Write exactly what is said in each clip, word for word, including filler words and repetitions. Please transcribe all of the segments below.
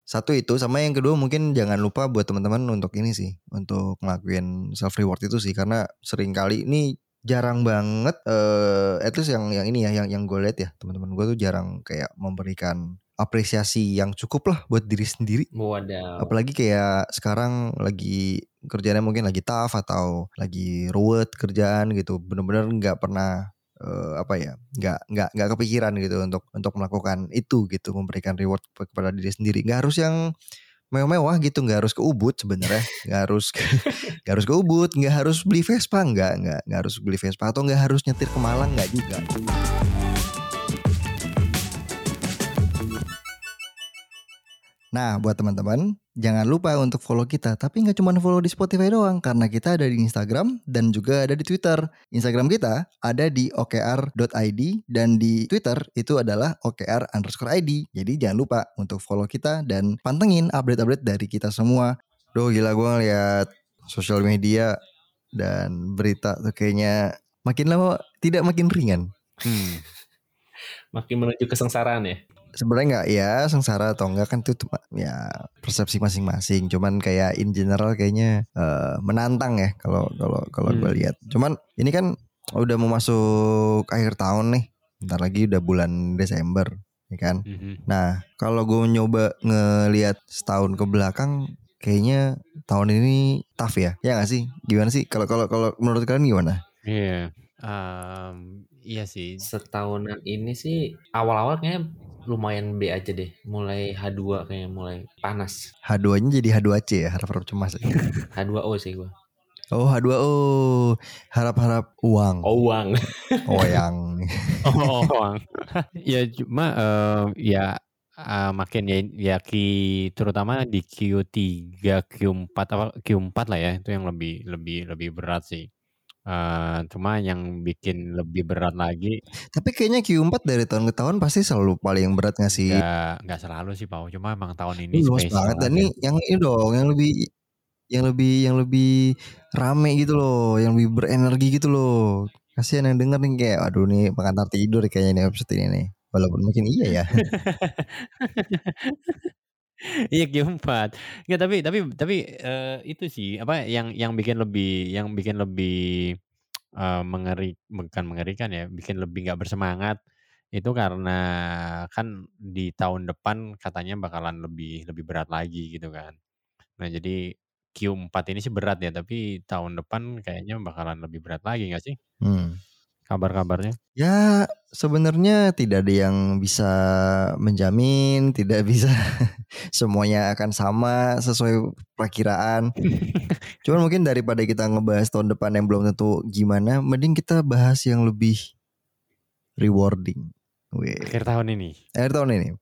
Satu itu, sama yang kedua mungkin jangan lupa buat teman-teman untuk ini sih, untuk ngelakuin self reward itu sih, karena sering kali ini jarang banget eh at least yang yang ini ya, yang yang gue lihat ya, teman-teman gue tuh jarang kayak memberikan apresiasi yang cukup lah buat diri sendiri. Wadaw. Apalagi kayak sekarang lagi kerjaannya mungkin lagi tough atau lagi ruwet kerjaan gitu, bener-bener nggak pernah uh, apa ya, nggak nggak nggak kepikiran gitu untuk untuk melakukan itu gitu, memberikan reward kepada diri sendiri. Nggak harus yang mewah-mewah gitu, nggak harus ke Ubud sebenarnya, nggak harus ke, nggak harus ke Ubud, nggak harus beli Vespa, nggak nggak nggak harus beli Vespa atau nggak harus nyetir ke Malang, nggak juga. Nah, buat teman-teman, jangan lupa untuk follow kita. Tapi nggak cuma follow di Spotify doang, karena kita ada di Instagram dan juga ada di Twitter. Instagram kita ada di o k r dot i d dan di Twitter itu adalah o k r underscore i d. Jadi jangan lupa untuk follow kita dan pantengin update-update dari kita semua. Duh gila, gue ngeliat sosial media dan berita tuh kayaknya makin lama tidak makin ringan. Hmm. Makin menuju kesengsaraan ya. Sebenarnya nggak ya sengsara atau enggak kan itu ya persepsi masing-masing. Cuman kayak in general kayaknya uh, menantang ya kalau kalau kalau hmm. gue lihat. Cuman ini kan udah mau masuk akhir tahun nih. Bentar lagi udah bulan Desember, ya kan. Mm-hmm. Nah kalau gue nyoba ngelihat setahun ke belakang, kayaknya tahun ini tough ya. Ya nggak sih? Gimana sih? Kalau kalau kalau menurut kalian gimana? Iya, yeah. um, iya sih. Setahunan ini sih awal-awal kayaknya lumayan B aja deh. Mulai H dua kayaknya mulai panas. H dua-nya jadi H dua C ya, harap-harap cemas ya. H dua O sih gue. Oh H dua O, harap-harap uang. Oh uang. Oh yang. Oh uang. Ya cuma uh, ya uh, makin ya, ya Q, terutama di Q tiga, Q empat apa Q empat lah ya, itu yang lebih lebih lebih berat sih. Uh, cuma yang bikin lebih berat lagi. Tapi kayaknya Q empat dari tahun ke tahun pasti selalu paling berat gak sih? Gak, gak selalu sih Pau, cuma emang tahun ini luas spesial banget. Dan ini yang ini dong, yang lebih yang lebih yang lebih rame gitu loh, yang lebih berenergi gitu loh. Kasihan yang denger nih kayak, aduh nih pengantar tidur kayaknya nih episode ini nih. Walaupun mungkin iya ya. Iya Q empat. Enggak, tapi tapi tapi uh, itu sih apa yang yang bikin lebih yang bikin lebih uh, mengeri bukan mengerikan ya, bikin lebih enggak bersemangat itu karena kan di tahun depan katanya bakalan lebih lebih berat lagi gitu kan. Nah, jadi Q empat ini sih berat ya, tapi tahun depan kayaknya bakalan lebih berat lagi enggak sih? Hmm. Kabar-kabarnya? Ya sebenarnya tidak ada yang bisa menjamin, tidak bisa semuanya akan sama sesuai perkiraan. Cuman mungkin daripada kita ngebahas tahun depan yang belum tentu gimana, mending kita bahas yang lebih rewarding. Wih. Akhir tahun ini. Akhir tahun ini.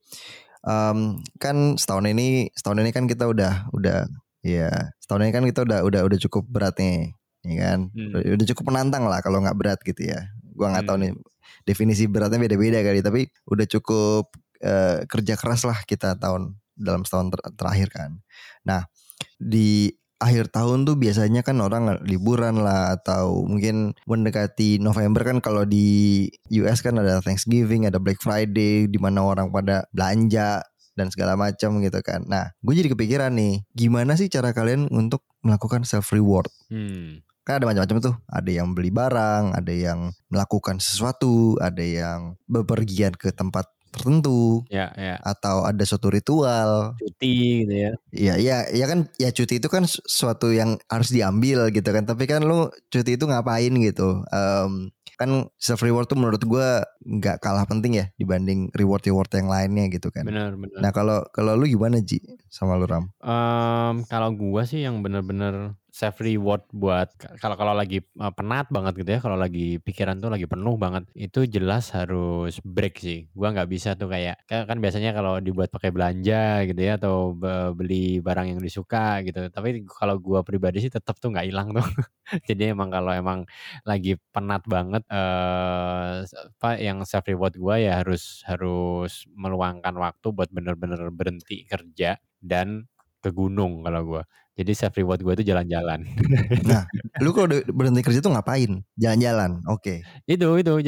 Um, kan setahun ini, setahun ini kan kita udah udah ya, setahun ini kan kita udah udah udah cukup berat nih, ya kan? Hmm. Udah, udah cukup menantang lah kalau nggak berat gitu ya. Gua nggak hmm. tahu nih definisi beratnya beda-beda kali, tapi udah cukup uh, kerja keras lah kita tahun dalam setahun ter- terakhir kan. Nah di akhir tahun tuh biasanya kan orang liburan lah atau mungkin mendekati November kan, kalau di U S kan ada Thanksgiving, ada Black Friday di mana orang pada belanja dan segala macam gitu kan. Nah, gue jadi kepikiran nih, gimana sih cara kalian untuk melakukan self reward? Hmm. Kan ada macam-macam tuh, ada yang beli barang, ada yang melakukan sesuatu, ada yang bepergian ke tempat tertentu, ya, ya. Atau ada suatu ritual, cuti gitu ya. Iya, iya, iya kan, ya cuti itu kan suatu yang harus diambil gitu kan. Tapi kan lu cuti itu ngapain gitu? Um, kan self reward tuh menurut gue nggak kalah penting ya dibanding reward reward yang lainnya gitu kan. Benar, benar. Nah kalau kalau lu gimana Ji sama lu Ram? Um, kalau gue sih yang benar-benar self reward buat kalau kalau lagi uh, penat banget gitu ya, kalau lagi pikiran tuh lagi penuh banget, itu jelas harus break sih. Gua nggak bisa tuh kayak kan biasanya kalau dibuat pakai belanja gitu ya, atau be- beli barang yang disuka gitu. Tapi kalau gua pribadi sih tetap tuh nggak hilang tuh. Jadi emang kalau emang lagi penat banget, uh, apa yang self reward gua ya harus harus meluangkan waktu buat bener-bener berhenti kerja dan ke gunung kalau gua. Jadi self reward gue itu jalan-jalan. Nah, lu kalau berhenti kerja tuh ngapain? Jalan-jalan, oke. Okay. Itu itu jadi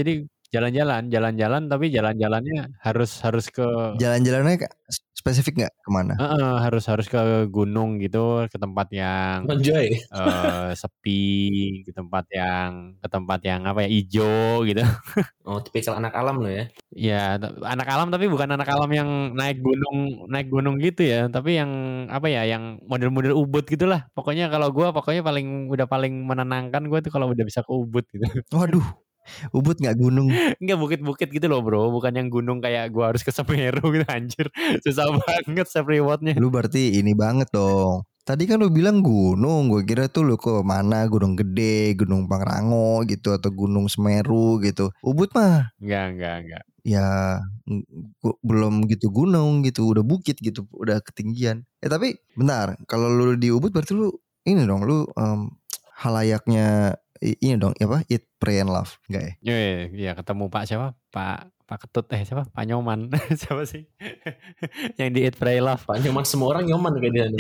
Jalan-jalan, jalan-jalan tapi jalan-jalannya harus harus ke Jalan-jalannya kayak spesifik nggak kemana? Heeh, harus harus ke gunung gitu, ke tempat yang Enjoy. eee, sepi, ke tempat yang ke tempat yang apa ya, ijo gitu. Oh, tipikal anak alam lo ya? Iya, anak alam tapi bukan anak alam yang naik gunung naik gunung gitu ya, tapi yang apa ya, yang model-model Ubud gitulah. Pokoknya kalau gua pokoknya paling udah paling menenangkan gua tuh kalau udah bisa ke Ubud gitu. Waduh, Ubud nggak gunung? Enggak, bukit-bukit gitu loh Bro, bukan yang gunung kayak gua harus ke Semeru gitu, anjir. Susah banget self reward-nya. Lu berarti ini banget dong. Tadi kan lu bilang gunung, gue kira tuh lu ke mana, Gunung Gede, Gunung Pangrango gitu, atau Gunung Semeru gitu. Ubud mah Enggak enggak enggak. ya ng- gu- belum gitu gunung gitu, udah bukit gitu, udah ketinggian. Eh tapi bentar, kalau lu di Ubud berarti lu ini dong, lu em, halayaknya i- ini dong, apa? Eat, Pray and Love, enggak ya? Iya, iya ketemu Pak siapa? Pak Pak Ketut eh siapa? Pak Nyoman. Siapa sih? Yang di Eat Pray Love. Pak Nyoman, semua orang nyoman kayak dia.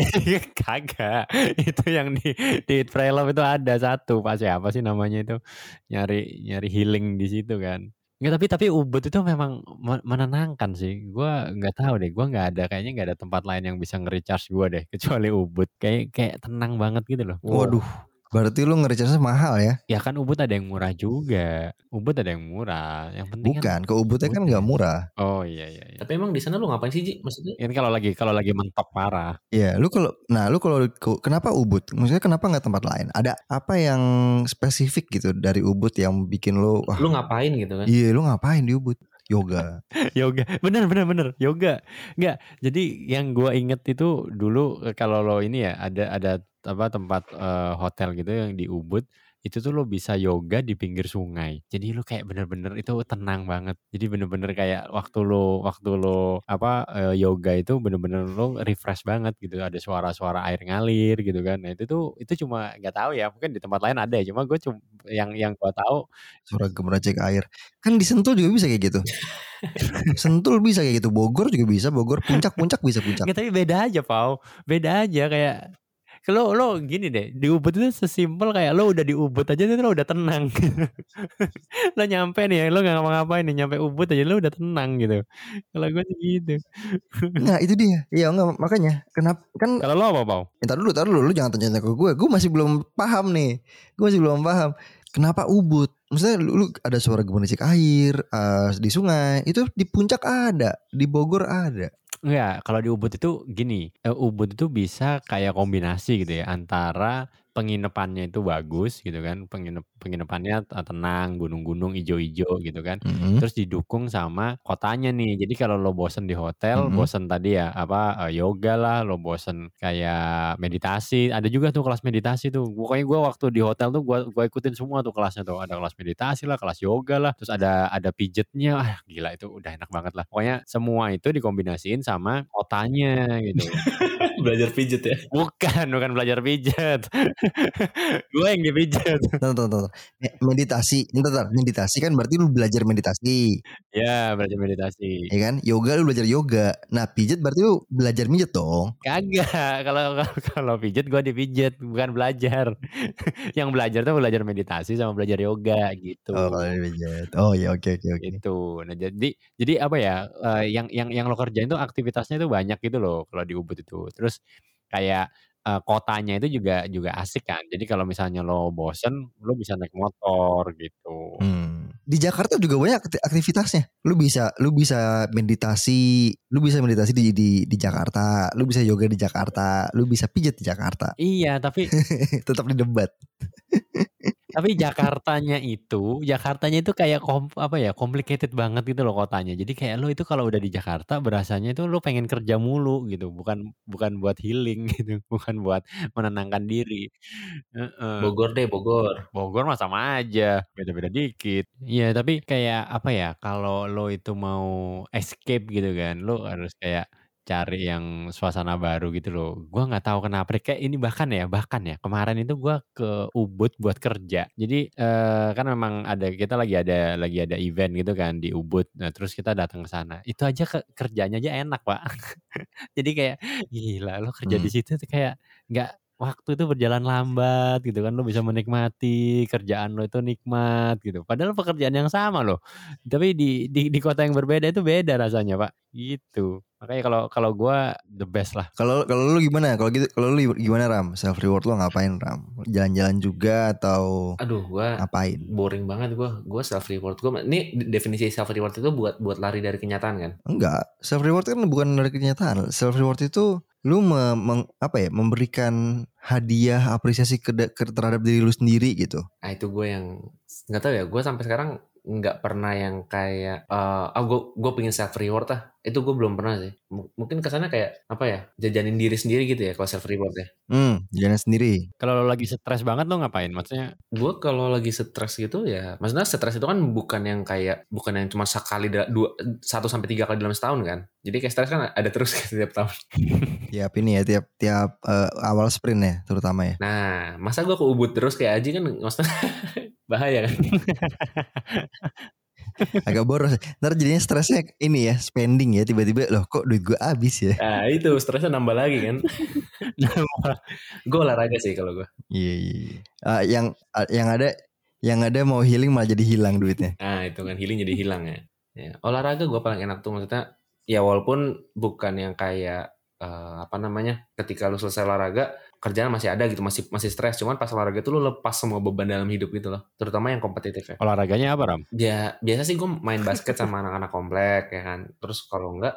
Kagak. Itu yang di di Eat Pray Love itu ada satu Pak siapa sih namanya itu? Nyari nyari healing di situ kan. Enggak, tapi tapi Ubud itu memang me- menenangkan sih. Gua nggak tahu deh, gua nggak ada kayaknya nggak ada tempat lain yang bisa nge-recharge gua deh kecuali Ubud. Kayak kayak tenang banget gitu loh. Wow. Waduh, berarti lu nge-recharge mahal ya? Ya kan Ubud ada yang murah juga. Ubud ada yang murah. Yang penting kan Bukan, ke Ubudnya kan nggak murah. Oh iya iya iya. Tapi emang di sana lu ngapain sih, Ji? Maksudnya? Ini kalau lagi kalau lagi mentok parah. Iya, lu kalau, nah lu kalau ke- kenapa Ubud? Maksudnya kenapa nggak tempat lain? Ada apa yang spesifik gitu dari Ubud yang bikin lu, wah, Lu ngapain gitu kan? iya lu ngapain di Ubud? Yoga. Yoga. Bener bener bener. Yoga. Enggak. Jadi yang gua inget itu dulu eh, kalau lo ini ya ada ada apa tempat eh, hotel gitu yang di Ubud itu tuh lo bisa yoga di pinggir sungai. Jadi lo kayak bener-bener itu tenang banget. Jadi bener-bener kayak waktu lo waktu lo apa eh, yoga itu bener-bener lo refresh banget gitu. Ada suara-suara air ngalir gitu kan. Nah itu tuh itu cuma nggak tahu ya. Mungkin di tempat lain ada ya. Cuma gue cuma yang yang gua tahu Suara gemericik air. Kan di Sentul juga bisa kayak gitu. Sentul bisa kayak gitu. Bogor juga bisa. Bogor puncak-puncak bisa puncak. nggak, tapi beda aja, Pau. Beda aja kayak lo lo gini deh, di Ubud itu sesimpel kayak lo udah di Ubud aja tuh lo udah tenang. Lo nyampe nih, lo nggak ngapa-ngapain nih, nyampe Ubud aja lo udah tenang gitu. Kalau gue sih gitu. Nah itu dia. Iya enggak, makanya. Kenapa? Kan Kalau lo apa, Pau? entar dulu, entar dulu. Lu jangan tanya-tanya ke gue. Gue masih belum paham nih. Gue masih belum paham. Kenapa Ubud? Maksudnya lu, lu ada suara gemericik air uh, di sungai. Itu di puncak ada. Di Bogor ada. Enggak, kalau di Ubud itu gini, eh, Ubud itu bisa kayak kombinasi gitu ya antara penginapannya itu bagus gitu kan, penginep penginapannya eh, tenang, gunung-gunung ijo-ijo gitu kan. Mm-hmm. Terus didukung sama kotanya nih. Jadi kalau lo bosen di hotel, Mm-hmm. bosen tadi ya apa eh, yoga lah, lo bosen kayak meditasi, ada juga tuh kelas meditasi tuh. Pokoknya gue waktu di hotel tuh gue gua ikutin semua tuh kelasnya tuh. Ada kelas meditasi lah, kelas yoga lah, terus ada ada pijetnya. Ah, gila itu udah enak banget lah. Pokoknya semua itu dikombinasiin sama kotanya gitu. Belajar pijet ya? Bukan, bukan belajar pijet. Gue yang dipijet. Bentar, bentar, bentar. Meditasi, bentar, bentar. Meditasi kan berarti lu belajar meditasi, Ya, belajar meditasi. ya kan? Yoga lu belajar yoga. Nah pijet berarti lu belajar mijet dong. Kagak, kalau kalau kalau pijet gue dipijet, bukan belajar. Yang belajar tuh belajar meditasi sama belajar yoga gitu. Oh kalau pijet. Oh ya oke oke oke. Gitu. Nah, jadi jadi apa ya? eh, yang yang yang lo kerjain tuh aktivitasnya tuh banyak gitu loh kalau di Ubud itu. Terus kayak eh, kotanya itu juga juga asik kan. Jadi kalau misalnya lo bosen, lo bisa naik motor gitu. Hmm. Di Jakarta juga banyak akti- aktivitasnya. Lu bisa lu bisa meditasi, lu bisa meditasi di di di Jakarta, lu bisa yoga di Jakarta, lu bisa pijet di Jakarta. Iya, tapi Tetap di debat. tapi Jakartanya itu, Jakartanya itu kayak kom, apa ya, complicated banget gitu loh kotanya. Jadi kayak lo itu kalau udah di Jakarta berasanya itu lo pengen kerja mulu gitu, bukan bukan buat healing gitu, bukan buat menenangkan diri. Heeh. Bogor deh, Bogor. Bogor mah sama aja, beda-beda dikit. Iya, tapi kayak apa ya, kalau lo itu mau escape gitu kan, lo harus kayak cari yang suasana baru gitu loh. Gua nggak tahu kenapa deh, kayak ini bahkan ya, bahkan ya kemarin itu gua ke Ubud buat kerja. Jadi eh, kan memang ada kita lagi ada lagi ada event gitu kan di Ubud. Nah, terus kita datang ke sana. Itu aja ke, kerjanya aja enak, Pak. Jadi kayak gila lo kerja di Hmm. situ tuh kayak nggak waktu itu berjalan lambat gitu kan, lo bisa menikmati kerjaan lo itu nikmat gitu. Padahal pekerjaan yang sama loh, tapi di di di kota yang berbeda itu beda rasanya Pak, gitu. Makanya kalau kalau gue the best lah. Kalau kalau lu gimana? Kalau gitu kalau lu gimana Ram? Self reward lu ngapain Ram? Jalan-jalan juga atau Aduh, gua ngapain? boring banget gua. Gua self reward gua. Ini definisi self reward itu buat buat lari dari kenyataan kan? Enggak, self reward kan bukan dari kenyataan. Self reward itu lu me, meng, apa ya, memberikan hadiah apresiasi ke, ke terhadap diri lu sendiri gitu. Nah itu gue yang nggak tahu ya. Gue sampai sekarang nggak pernah yang kayak uh, oh gue gue pengen self reward ah, itu gue belum pernah sih. M- mungkin kesana kayak apa ya, jajanin diri sendiri gitu ya kalau self reward ya. Hmm, jalan sendiri. Kalau lo lagi stres banget lo ngapain? Maksudnya Gue kalau lagi stres gitu ya, maksudnya stres itu kan bukan yang kayak bukan yang cuma sekali da- dua satu sampai tiga kali dalam setahun kan. Jadi kayak stres kan ada terus setiap tahun. Tiap ini ya, tiap tiap uh, awal sprint ya terutama ya. Nah, masa gue ke Ubud terus kayak Aji kan maksudnya bahaya kan. Agak boros. Ntar jadinya stresnya ini ya, spending ya, tiba-tiba loh kok duit gue habis ya. Nah itu stresnya nambah lagi kan. Gue olahraga sih kalau gue. Iya iya. Uh, yang uh, yang ada yang ada mau healing malah jadi hilang duitnya. Nah itu kan healing jadi hilang ya. Ya, olahraga gue paling enak tuh maksudnya. Ya walaupun bukan yang kayak uh, apa namanya, ketika lu selesai olahraga kerjaan masih ada gitu, masih masih stres. Cuman pas olahraga tuh lu lepas semua beban dalam hidup gitu loh. Terutama yang kompetitif ya. olahraganya apa Ram? Ya biasa sih gue main basket sama anak-anak komplek ya kan. Terus kalau enggak,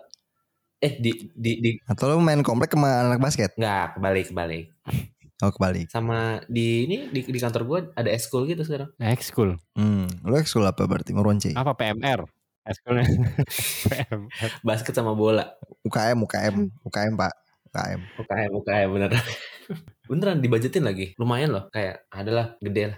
eh di di di Atau lu main komplek sama anak basket? enggak, kebalik kebalik. Oh kebalik. Sama di ini di, di kantor gue ada ekskul gitu sekarang. Ekskul. Hmm, lu ekskul apa berarti? Meronce? Apa P M R? Ekskulnya P M R. Basket sama bola. U K M, U K M, U K M Pak. U K M. U K M, U K M bener. Beneran dibajetin lagi. Lumayan loh, kayak adalah gede lah.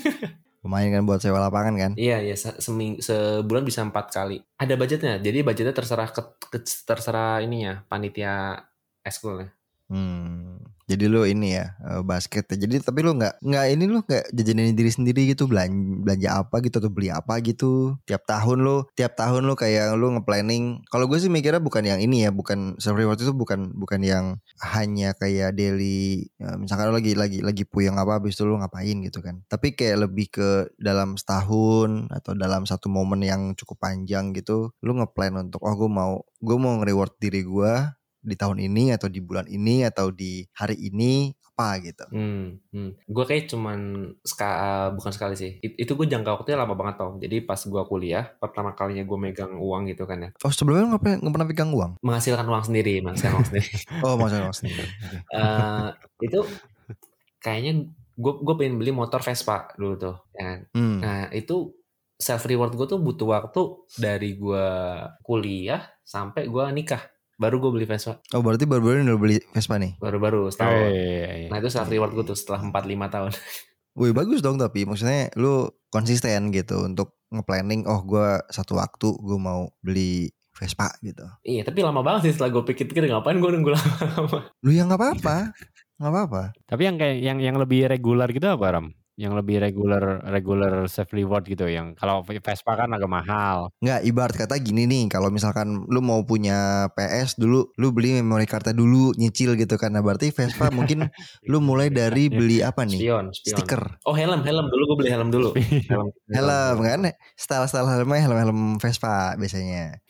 Lumayan kan buat sewa lapangan kan? Iya, ya seming, sebulan bisa empat kali. Ada budgetnya. Jadi budgetnya terserah ke, ke, terserah ininya, panitia eskulnya. Hmm, jadi lu ini ya basket. Jadi tapi lu nggak nggak ini lu nggak jajanin diri sendiri gitu, belanja belanja apa gitu atau beli apa gitu tiap tahun lu tiap tahun lu kayak lu nge-planning. Kalau gue sih mikirnya bukan yang ini ya, bukan self reward itu bukan bukan yang hanya kayak daily ya, misalkan lu lagi lagi lagi puyeng apa habis itu lu ngapain gitu kan. Tapi kayak lebih ke dalam setahun atau dalam satu momen yang cukup panjang gitu, lu nge-plan untuk oh gue mau gue mau nge-reward diri gue di tahun ini atau di bulan ini atau di hari ini apa gitu. Hmm, hmm. Gue kayak cuman ska, bukan sekali sih. It, itu gue jangka waktunya lama banget tau. Jadi pas gue kuliah, pertama kalinya gue megang uang gitu kan ya. Oh sebelumnya nggak pernah nggak pernah pegang uang? Menghasilkan uang sendiri, menghasilkan uang sendiri. Oh menghasilkan uang sendiri. Okay. uh, itu kayaknya gue gue pengen beli motor Vespa dulu tuh. Ya. Hmm. Nah itu self reward gue tuh butuh waktu dari gue kuliah sampai gue nikah. Baru gue beli Vespa. Oh berarti baru-baru udah beli Vespa nih? Baru-baru setahun. Hey, nah itu self reward gue tuh setelah empat lima tahun. Wih bagus dong, tapi maksudnya lu konsisten gitu untuk nge-planning. Oh gue satu waktu gue mau beli Vespa gitu. Iya tapi lama banget sih setelah gue pikir-pikir ngapain gue nunggu lama-lama. Lu ya gak apa-apa. Gak apa-apa. Tapi yang kayak yang yang lebih reguler gitu apa Ram? Yang lebih regular regular self reward gitu, yang kalau Vespa kan agak mahal. Nggak, ibarat kata gini nih, kalau misalkan lu mau punya P S dulu, lu beli memory cardnya dulu, nyicil gitu kan. Nah berarti Vespa mungkin lu mulai dari beli apa nih? Spion, spion. Stiker. Oh helm, helm dulu gue beli helm dulu. helm, helm kan? Style-style helmnya helm-helm Vespa biasanya.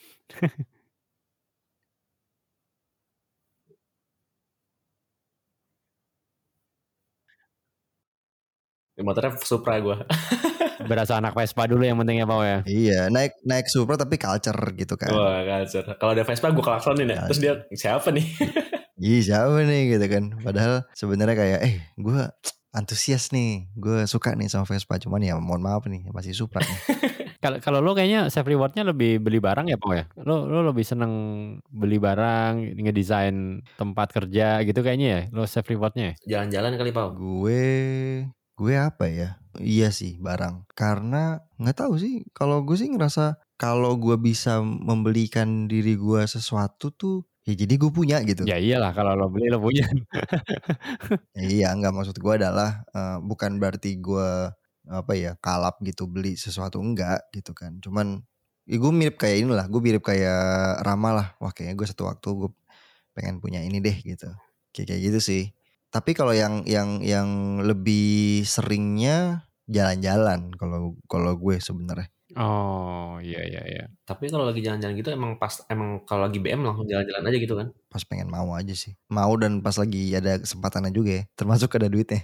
Motornya Supra gue. Berasa anak Vespa dulu yang penting ya Pak ya. Iya, naik naik Supra tapi culture gitu kan. Wah culture. Kalau ada Vespa gue klaksonin ya. Terus dia siapa nih? Iya siapa nih gitu kan. Padahal sebenarnya kayak eh gue antusias nih, gue suka nih sama Vespa. Cuman ya mohon maaf nih masih Supra nih. Kalau kalau lo kayaknya self rewardnya lebih beli barang ya Pak ya. Lo lo lebih seneng beli barang, ngedesain tempat kerja gitu kayaknya ya. Lo self rewardnya. Jalan-jalan kali Pak. Gue gue apa ya? Iya sih barang. Karena nggak tahu sih. Kalau gue sih ngerasa kalau gue bisa membelikan diri gue sesuatu tuh, ya jadi gue punya gitu. Ya iyalah kalau lo beli lo punya. Iya, nggak, maksud gue adalah uh, bukan berarti gue apa ya kalap gitu beli sesuatu, enggak gitu kan. Cuman ya gue mirip kayak inilah, gue mirip kayak Rama lah. Wah kayaknya gue satu waktu gue pengen punya ini deh gitu. Kayak kayak gitu sih. Tapi kalau yang yang yang lebih seringnya jalan-jalan kalau kalau gue sebenarnya. Oh, iya iya iya. Tapi kalau lagi jalan-jalan gitu emang pas emang kalau lagi B M langsung jalan-jalan aja gitu kan? Pas pengen mau aja sih. Mau dan pas lagi ada kesempatannya juga ya. Termasuk ada duitnya.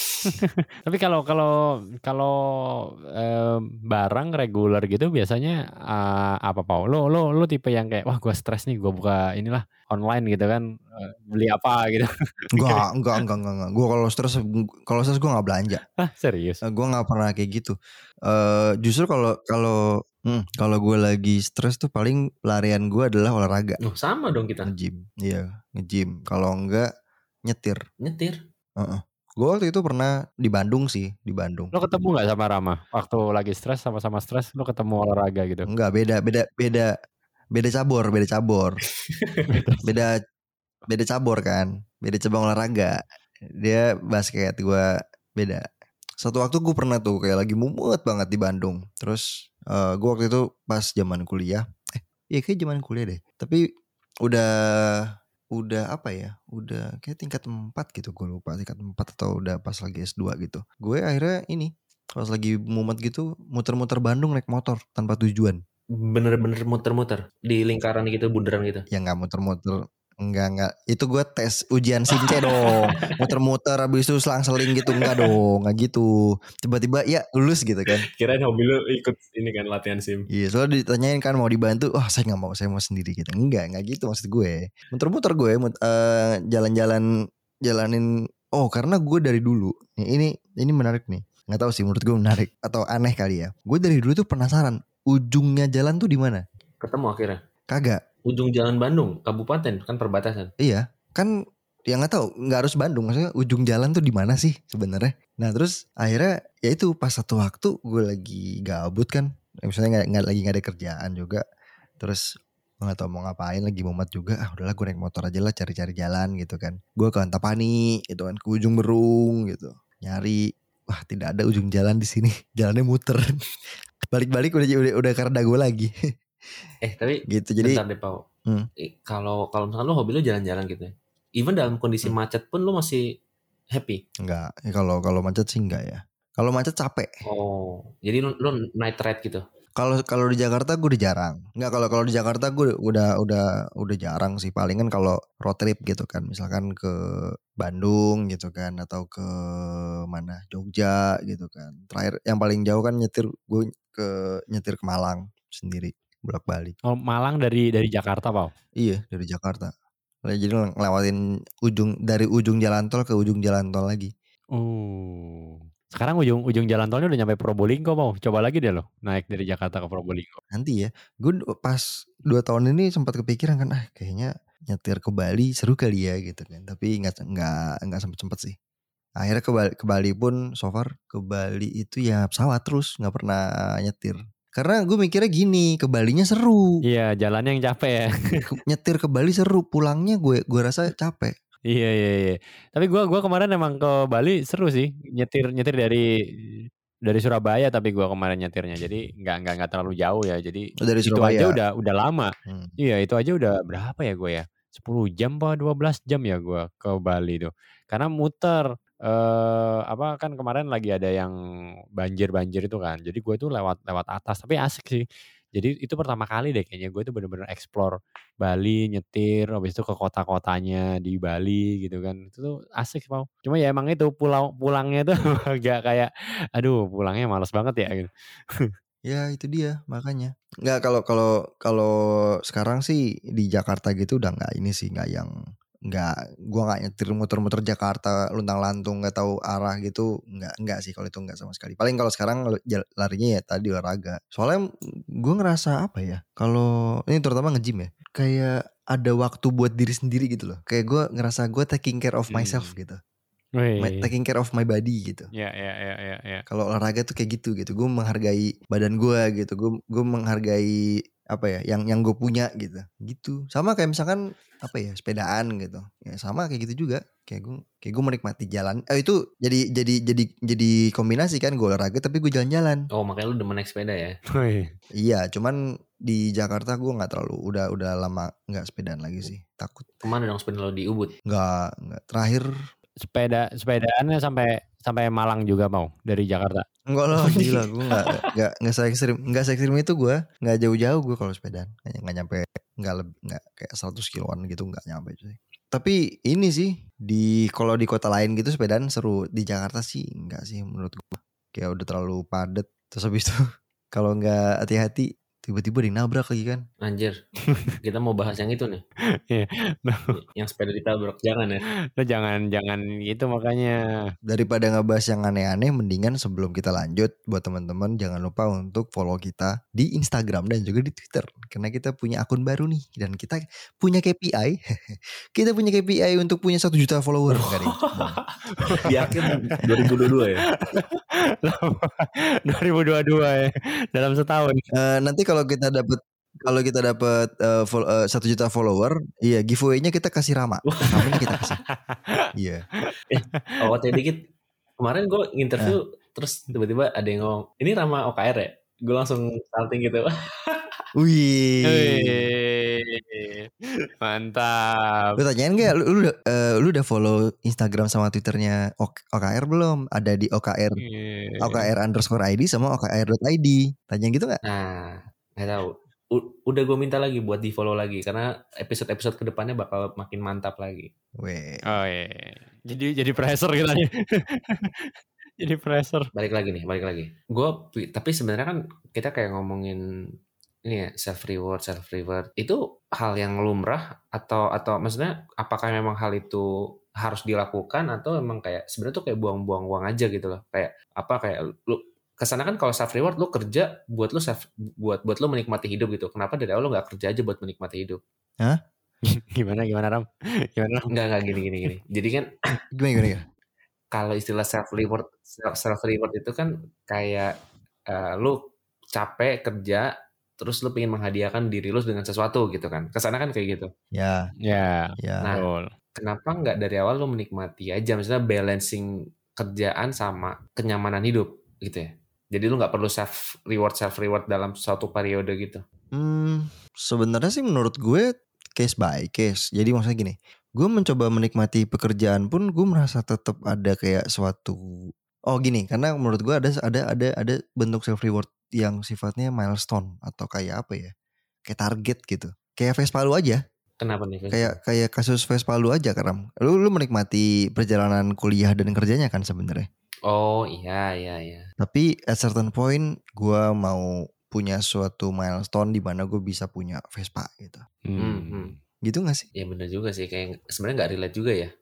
Tapi kalau kalau kalau eh, barang reguler gitu biasanya eh, apa Pau? Lo lo lo tipe yang kayak wah gue stres nih gue buka inilah online gitu kan eh, beli apa gitu. Enggak, enggak, enggak, enggak, enggak. Gue kalau stres kalau stres gue nggak belanja. Hah, serius? Gue nggak pernah kayak gitu. Eh justru kalau kalau hmm, kalau gue lagi stres tuh paling pelarian gue adalah olahraga. Oh, sama dong kita. Nge-gym. Iya, nge-gym. Kalau enggak nyetir. Nyetir. Uh-uh. Gue waktu itu pernah di Bandung sih, di Bandung. Lo ketemu nggak sama Rama waktu lagi stres sama-sama stres lo ketemu olahraga gitu? Enggak, beda beda beda beda cabur, beda cabur. beda beda cabur kan, beda cabang olahraga. Dia basket, gue beda. Satu waktu gue pernah tuh kayak lagi mumet banget di Bandung. Terus uh, gue waktu itu pas zaman kuliah. Eh, iya kayak zaman kuliah deh. Tapi udah udah apa ya? Udah kayak tingkat empat gitu, gue lupa tingkat empat atau udah pas lagi S dua gitu. Gue akhirnya ini pas lagi mumet gitu muter-muter Bandung naik motor tanpa tujuan. Bener-bener muter-muter di lingkaran gitu, bundaran gitu. Ya nggak muter-muter. Enggak, enggak. Itu gue tes ujian SIMC dong. Muter-muter habis itu selang-seling gitu. Enggak dong, enggak gitu. Tiba-tiba ya lulus gitu kan. Kirain hobi lu ikut ini kan latihan SIM. Iya, soalnya ditanyain kan mau dibantu. Wah, saya nggak mau, saya mau sendiri gitu. Enggak, enggak gitu maksud gue. Muter-muter gue mut, uh, jalan-jalan jalanin. Oh, karena gue dari dulu. Nih, ini ini menarik nih. Nggak tahu sih menurut gue menarik atau aneh kali ya. Gue dari dulu tuh penasaran ujungnya jalan tuh di mana? Ketemu akhirnya. Kagak. Ujung jalan Bandung, kabupaten kan perbatasan. Iya, kan ya nggak tahu, nggak harus Bandung, maksudnya ujung jalan tuh di mana sih sebenarnya. Nah terus akhirnya ya itu pas satu waktu gue lagi gabut kan, misalnya nggak lagi nggak ada kerjaan juga, terus gue nggak tahu mau ngapain, lagi mumet juga, ah udahlah gue naik motor aja lah cari-cari jalan gitu kan. Gue ke Antapani gitu kan, ke ujung Berung gitu, nyari, wah tidak ada ujung jalan di sini, jalannya muter, balik-balik udah udah udah karena gue lagi. Eh tapi gitu jadi. bentar deh Pau. Hmm. Kalau kalau misalkan lu hobi lu jalan-jalan gitu ya. Even dalam kondisi hmm. macet pun lu masih happy? Enggak, ya kalau kalau macet sih enggak ya. Kalau macet capek. Oh, jadi lu, lu night ride gitu? Kalau kalau di Jakarta gue udah jarang. Enggak, kalau kalau di Jakarta gue udah udah udah jarang sih. Palingan kalau road trip gitu kan, misalkan ke Bandung gitu kan, atau ke mana Jogja gitu kan. Terakhir yang paling jauh kan nyetir gue ke nyetir ke Malang sendiri. Bolak-balik. Oh, Malang dari dari Jakarta, Pau? Iya, dari Jakarta. Jadi ngelewatin ujung dari ujung jalan tol ke ujung jalan tol lagi. Oh. Sekarang ujung ujung jalan tolnya udah nyampe Probolinggo, Pau. Coba lagi deh lo naik dari Jakarta ke Probolinggo. Nanti ya. Gue pas dua tahun ini sempat kepikiran kan, ah kayaknya nyetir ke Bali seru kali ya gitu kan. Tapi nggak nggak nggak sempet-sempet sih. Akhirnya ke Bali, ke Bali pun so far ke Bali itu ya pesawat terus, nggak pernah nyetir. Karena gue mikirnya gini, ke Balinya seru. Iya, jalannya yang capek ya. Nyetir ke Bali seru, pulangnya gue gue rasa capek. Iya iya iya. Tapi gue gua kemarin emang ke Bali seru sih, nyetir nyetir dari dari Surabaya tapi gue kemarin nyetirnya. Jadi nggak nggak nggak terlalu jauh ya. Jadi dari itu Surabaya. aja udah udah lama. Hmm. Iya, itu aja udah berapa ya gue ya? sepuluh jam apa dua belas jam ya gue ke Bali tuh. Karena muter eh apa kan kemarin lagi ada yang banjir-banjir itu kan. Jadi gue tuh lewat lewat atas tapi asik sih. Jadi itu pertama kali deh kayaknya gue tuh bener-bener explore Bali, nyetir, habis itu ke kota-kotanya di Bali gitu kan. Itu tuh asik Pau. Cuma ya emang itu pulau pulangnya tuh agak kayak aduh pulangnya malas banget ya gitu. Ya itu dia makanya. Nggak kalau kalau kalau sekarang sih di Jakarta gitu udah nggak ini sih nggak yang nggak gua nggak nyetir muter-muter Jakarta luntang-lantung nggak tahu arah gitu nggak nggak sih kalau itu nggak sama sekali. Paling kalau sekarang larinya ya tadi olahraga. Soalnya gue ngerasa apa ya kalau ini terutama nge-gym ya kayak ada waktu buat diri sendiri gitu loh. Kayak gue ngerasa gue taking care of myself hmm. gitu. My, taking care of my body gitu. Ya ya ya ya. ya. Kalau olahraga tuh kayak gitu gitu. Gue menghargai badan gue gitu. Gue gue menghargai apa ya yang yang gue punya gitu. Gitu. Sama kayak misalkan apa ya sepedaan gitu. Ya sama kayak gitu juga. Kayak gue kayak gue menikmati jalan. Eh itu jadi jadi jadi jadi kombinasi kan gue olahraga tapi gue jalan-jalan. Oh makanya lu demen naik sepeda ya? Iya, cuman di Jakarta gue nggak terlalu udah udah lama nggak sepedaan lagi sih. Takut. Kemana dong sepeda lo di Ubud? Nggak nggak. Terakhir sepeda sepedaannya sampai sampai Malang juga mau dari Jakarta? Enggak lah, gila gue nggak nggak nggak se ekstrim nggak se ekstrim itu gue, nggak jauh-jauh gue kalau sepedaan, nggak nyampe nggak lebih nggak kayak seratus kiloan gitu, nggak nyampe sih. Tapi ini sih di kalau di kota lain gitu sepedaan seru, di Jakarta sih enggak sih menurut gue, kayak udah terlalu padat. Terus habis itu kalau nggak hati-hati tiba-tiba dinabrak lagi kan. Anjir, kita mau bahas yang itu nih. Yang sepeda ditabrak, jangan ya. Lo jangan jangan itu makanya. Daripada ngebahas yang aneh-aneh, mendingan sebelum kita lanjut, buat teman-teman jangan lupa untuk follow kita di Instagram dan juga di Twitter, karena kita punya akun baru nih dan kita punya K P I. Kita punya K P I untuk punya satu juta follower. Di akhir dua ribu dua puluh dua ya. dua ribu dua puluh dua ya, dalam setahun. Uh, nanti kalau kita dapat kalau kita dapat uh, uh, satu juta follower, iya giveaway-nya kita kasih Rama. Ramanya kita kasih. Iya. Eh, oh dikit. Kemarin gue interview uh. terus tiba-tiba ada yang ngomong, ini Rama O K R ya? Gue langsung salting gitu. Wih. Wih. Mantap. Lu tanyain gak, lu, lu, uh, lu udah follow Instagram sama Twitternya O K R belum? Ada di O K R yeah. O K R underscore I D sama O K R dot I D. Tanyain gitu gak? Nah, gak tahu. U- udah gue minta lagi buat di follow lagi, karena episode-episode kedepannya bakal makin mantap lagi. Weh. Oh iya. Jadi jadi pressure kita nih. Jadi pressure. Balik lagi nih, balik lagi. Gue tapi sebenarnya kan kita kayak ngomongin ini ya, self reward, self reward itu hal yang lumrah atau atau maksudnya apakah memang hal itu harus dilakukan atau emang kayak sebenarnya tuh kayak buang-buang uang aja gitu loh. Kayak apa kayak lu kesana kan kalau self reward lu kerja buat lu self buat buat lu menikmati hidup gitu. Kenapa dari awal lu nggak kerja aja buat menikmati hidup? Hah? Gimana gimana Ram? Gimana Ram? Enggak enggak gini gini gini. Jadi kan gimana gimana? gimana? Kalau istilah self reward self reward itu kan kayak uh, lu capek kerja terus lu pengen menghadiahkan diri lu dengan sesuatu gitu kan. Kesana kan kayak gitu. Ya. Ya. Ya. Nah, betul. Kenapa nggak dari awal lu menikmati aja, misalnya balancing kerjaan sama kenyamanan hidup gitu ya. Jadi lu nggak perlu self reward self reward dalam suatu periode gitu. Hmm, sebenarnya sih menurut gue case by case. Jadi maksudnya gini, gue mencoba menikmati pekerjaan pun gue merasa tetap ada kayak suatu oh gini, karena menurut gue ada ada ada ada bentuk self reward yang sifatnya milestone atau kayak apa ya? Kayak target gitu. Kayak Vespa lu aja. Kenapa nih? Vespa? Kayak kayak kasus Vespa lu aja Karam. Lu lu menikmati perjalanan kuliah dan kerjanya kan sebenarnya. Oh iya iya iya. Tapi at certain point gue mau punya suatu milestone di mana gue bisa punya Vespa gitu. Hmm. hmm. Gitu gak sih? Ya benar juga sih, kayak sebenarnya nggak relate juga ya.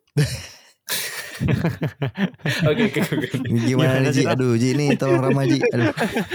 Oke oke oke. Gimana nih Ji? Aduh Ji ini tolong Rama Ji. Aduh.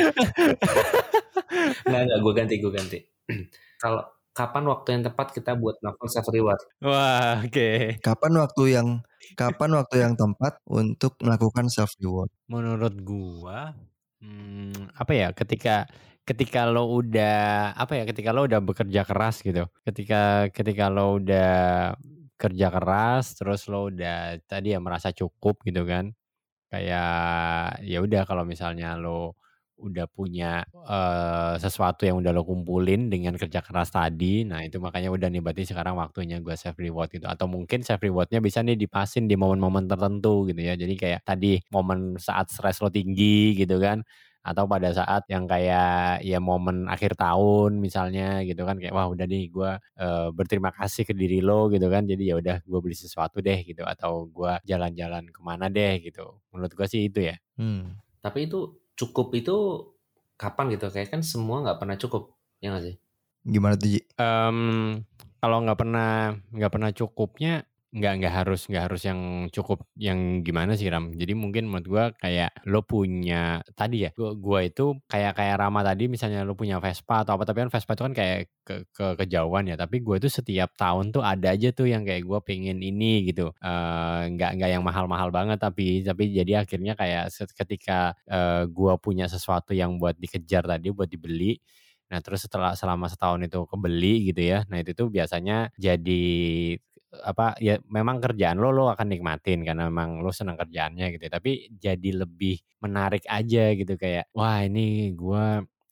Nggak nggak gue ganti gue ganti. Kalau kapan waktu yang tepat kita buat melakukan self reward? Wah oke. Okay. Kapan waktu yang kapan waktu yang tepat untuk melakukan self reward? Menurut gua, hmm, apa ya? Ketika ketika lo udah apa ya? Ketika lo udah bekerja keras gitu. Ketika ketika lo udah kerja keras, terus lo udah tadi ya merasa cukup gitu kan? Kayak ya udah kalau misalnya lo udah punya uh, sesuatu yang udah lo kumpulin dengan kerja keras tadi, nah itu makanya udah nih berarti sekarang waktunya gue self reward gitu. Atau mungkin self rewardnya bisa nih dipasin di momen-momen tertentu gitu ya. Jadi kayak tadi momen saat stres lo tinggi gitu kan, atau pada saat yang kayak ya momen akhir tahun misalnya gitu kan, kayak wah udah nih gue uh, berterima kasih ke diri lo gitu kan, jadi ya udah gue beli sesuatu deh gitu, atau gue jalan-jalan kemana deh gitu. Menurut gue sih itu ya. Hmm. Tapi itu cukup itu kapan gitu? Kayak kan semua nggak pernah cukup, ya nggak sih? Gimana tuh Ji? Um, kalau nggak pernah nggak pernah cukupnya, nggak nggak harus nggak harus yang cukup yang gimana sih Ram? Jadi mungkin menurut gue kayak lo punya tadi ya, gua, gua itu kayak kayak Rama tadi misalnya lo punya Vespa atau apa, tapi kan Vespa itu kan kayak ke, ke kejauhan ya. Tapi gue itu setiap tahun tuh ada aja tuh yang kayak gue pengen ini gitu. Uh, nggak nggak yang mahal-mahal banget tapi tapi jadi akhirnya kayak ketika uh, gue punya sesuatu yang buat dikejar tadi, buat dibeli. Nah terus setelah selama setahun itu kebeli gitu ya. Nah itu tuh biasanya jadi apa ya, memang kerjaan lo lo akan nikmatin karena memang lo senang kerjaannya gitu ya, tapi jadi lebih menarik aja gitu, kayak wah ini gue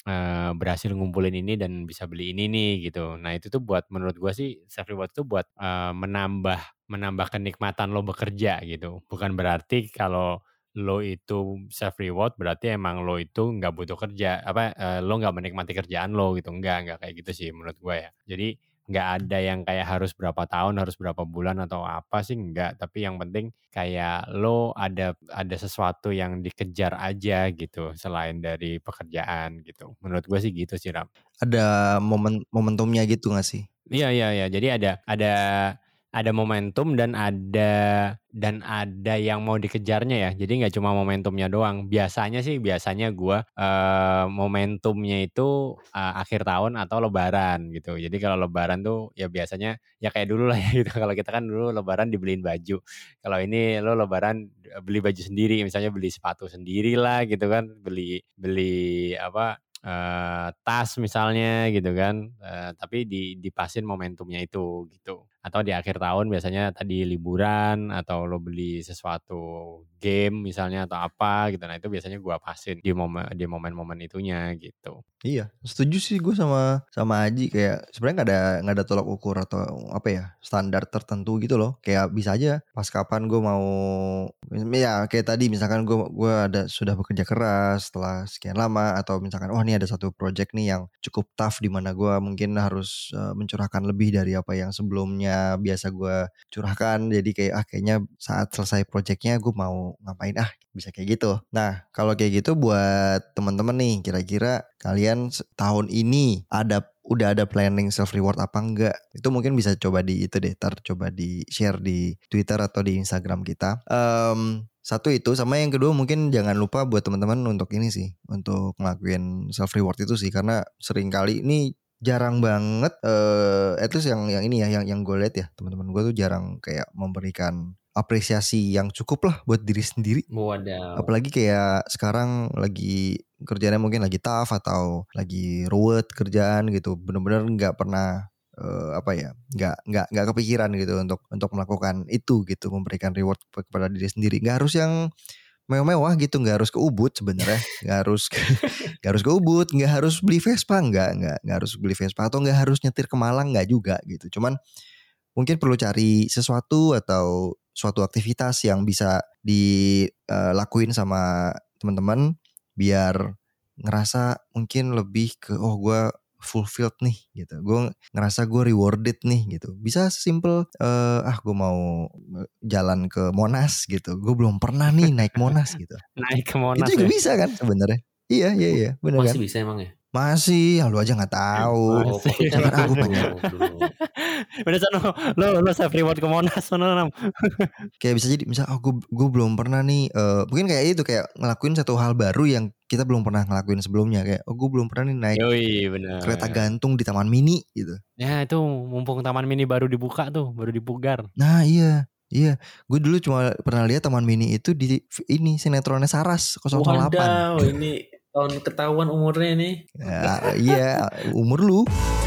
uh, berhasil ngumpulin ini dan bisa beli ini nih gitu. Nah itu tuh buat menurut gue sih self reward tuh buat uh, menambah menambah kenikmatan lo bekerja gitu. Bukan berarti kalau lo itu self reward berarti emang lo itu nggak butuh kerja apa uh, lo nggak menikmati kerjaan lo gitu. Nggak nggak kayak gitu sih menurut gue ya. Jadi nggak ada yang kayak harus berapa tahun, harus berapa bulan atau apa sih nggak. Tapi yang penting kayak lo ada ada sesuatu yang dikejar aja gitu selain dari pekerjaan gitu. Menurut gue sih gitu sih Ram. Ada momen momentumnya gitu gak sih? Iya iya iya. Jadi ada ada ada momentum dan ada dan ada yang mau dikejarnya ya. Jadi nggak cuma momentumnya doang. Biasanya sih biasanya gue uh, momentumnya itu uh, akhir tahun atau Lebaran gitu. Jadi kalau Lebaran tuh ya biasanya ya kayak dulu lah ya gitu. Kalau kita kan dulu Lebaran dibeliin baju. Kalau ini lo Lebaran beli baju sendiri, misalnya beli sepatu sendiri lah gitu kan. Beli beli apa? Uh, tas misalnya gitu kan, uh, tapi di dipasin momentumnya itu gitu. Atau di akhir tahun biasanya tadi liburan atau lo beli sesuatu game misalnya atau apa gitu. Nah itu biasanya gue pasin di momen di momen-momen itunya gitu. Iya, setuju sih gue sama sama Aji, kayak sebenarnya nggak ada nggak ada tolak ukur atau apa ya standar tertentu gitu loh. Kayak bisa aja pas kapan gue mau, ya kayak tadi misalkan gue gue ada sudah bekerja keras setelah sekian lama, atau misalkan wah oh, ini ada satu project nih yang cukup tough di mana gue mungkin harus uh, mencurahkan lebih dari apa yang sebelumnya biasa gue curahkan. Jadi kayak ah kayaknya saat selesai projectnya gue mau ngapain, ah bisa kayak gitu. Nah kalau kayak gitu buat teman-teman nih, kira-kira kalian tahun ini ada udah ada planning self reward apa enggak? Itu mungkin bisa coba di itu deh, tar coba di share di Twitter atau di Instagram kita. Um, satu itu, sama yang kedua mungkin jangan lupa buat teman-teman untuk ini sih, untuk ngelakuin self reward itu sih, karena sering kali ini jarang banget, uh, at least yang yang ini ya, yang yang gue lihat ya, teman-teman gue tuh jarang kayak memberikan apresiasi yang cukup lah buat diri sendiri. Wadaw. Apalagi kayak sekarang lagi kerjaannya mungkin lagi tough atau lagi ruwet kerjaan gitu, bener-bener nggak pernah uh, apa ya, nggak nggak nggak kepikiran gitu untuk untuk melakukan itu gitu, memberikan reward kepada diri sendiri. Nggak harus yang mewah-mewah gitu, nggak harus ke Ubud sebenarnya, nggak harus nggak harus ke Ubud, nggak harus beli Vespa, nggak nggak nggak harus beli Vespa atau nggak harus nyetir ke Malang, nggak juga gitu. Cuman mungkin perlu cari sesuatu atau suatu aktivitas yang bisa dilakuin uh, sama teman-teman biar ngerasa mungkin lebih ke oh gue fulfilled nih gitu, gue ngerasa gue rewarded nih gitu. Bisa simple uh, ah gue mau jalan ke Monas gitu, gue belum pernah nih naik Monas gitu. Naik ke Monas itu juga ya? Bisa kan sebenarnya. Iya iya iya benar kan. Masih bisa emang ya? Masih, lu aja nggak tahu. Oh, tapi kan Jangan aku dulu, banyak. dulu. Udah sono, lo lo self reward ke Monas sono Nam. Kayak bisa jadi misal oh gue gue belum pernah nih, uh, mungkin kayak itu kayak ngelakuin satu hal baru yang kita belum pernah ngelakuin sebelumnya, kayak oh gue belum pernah nih naik Yoi, bener. kereta gantung di Taman Mini gitu. Ya itu mumpung Taman Mini baru dibuka tuh, baru dipugar. Nah iya. Iya, gue dulu cuma pernah lihat Taman Mini itu di ini sinetronnya Saras nol nol delapan. Wadaw, ini tahun ketahuan umurnya nih. Ya, iya, umur lu.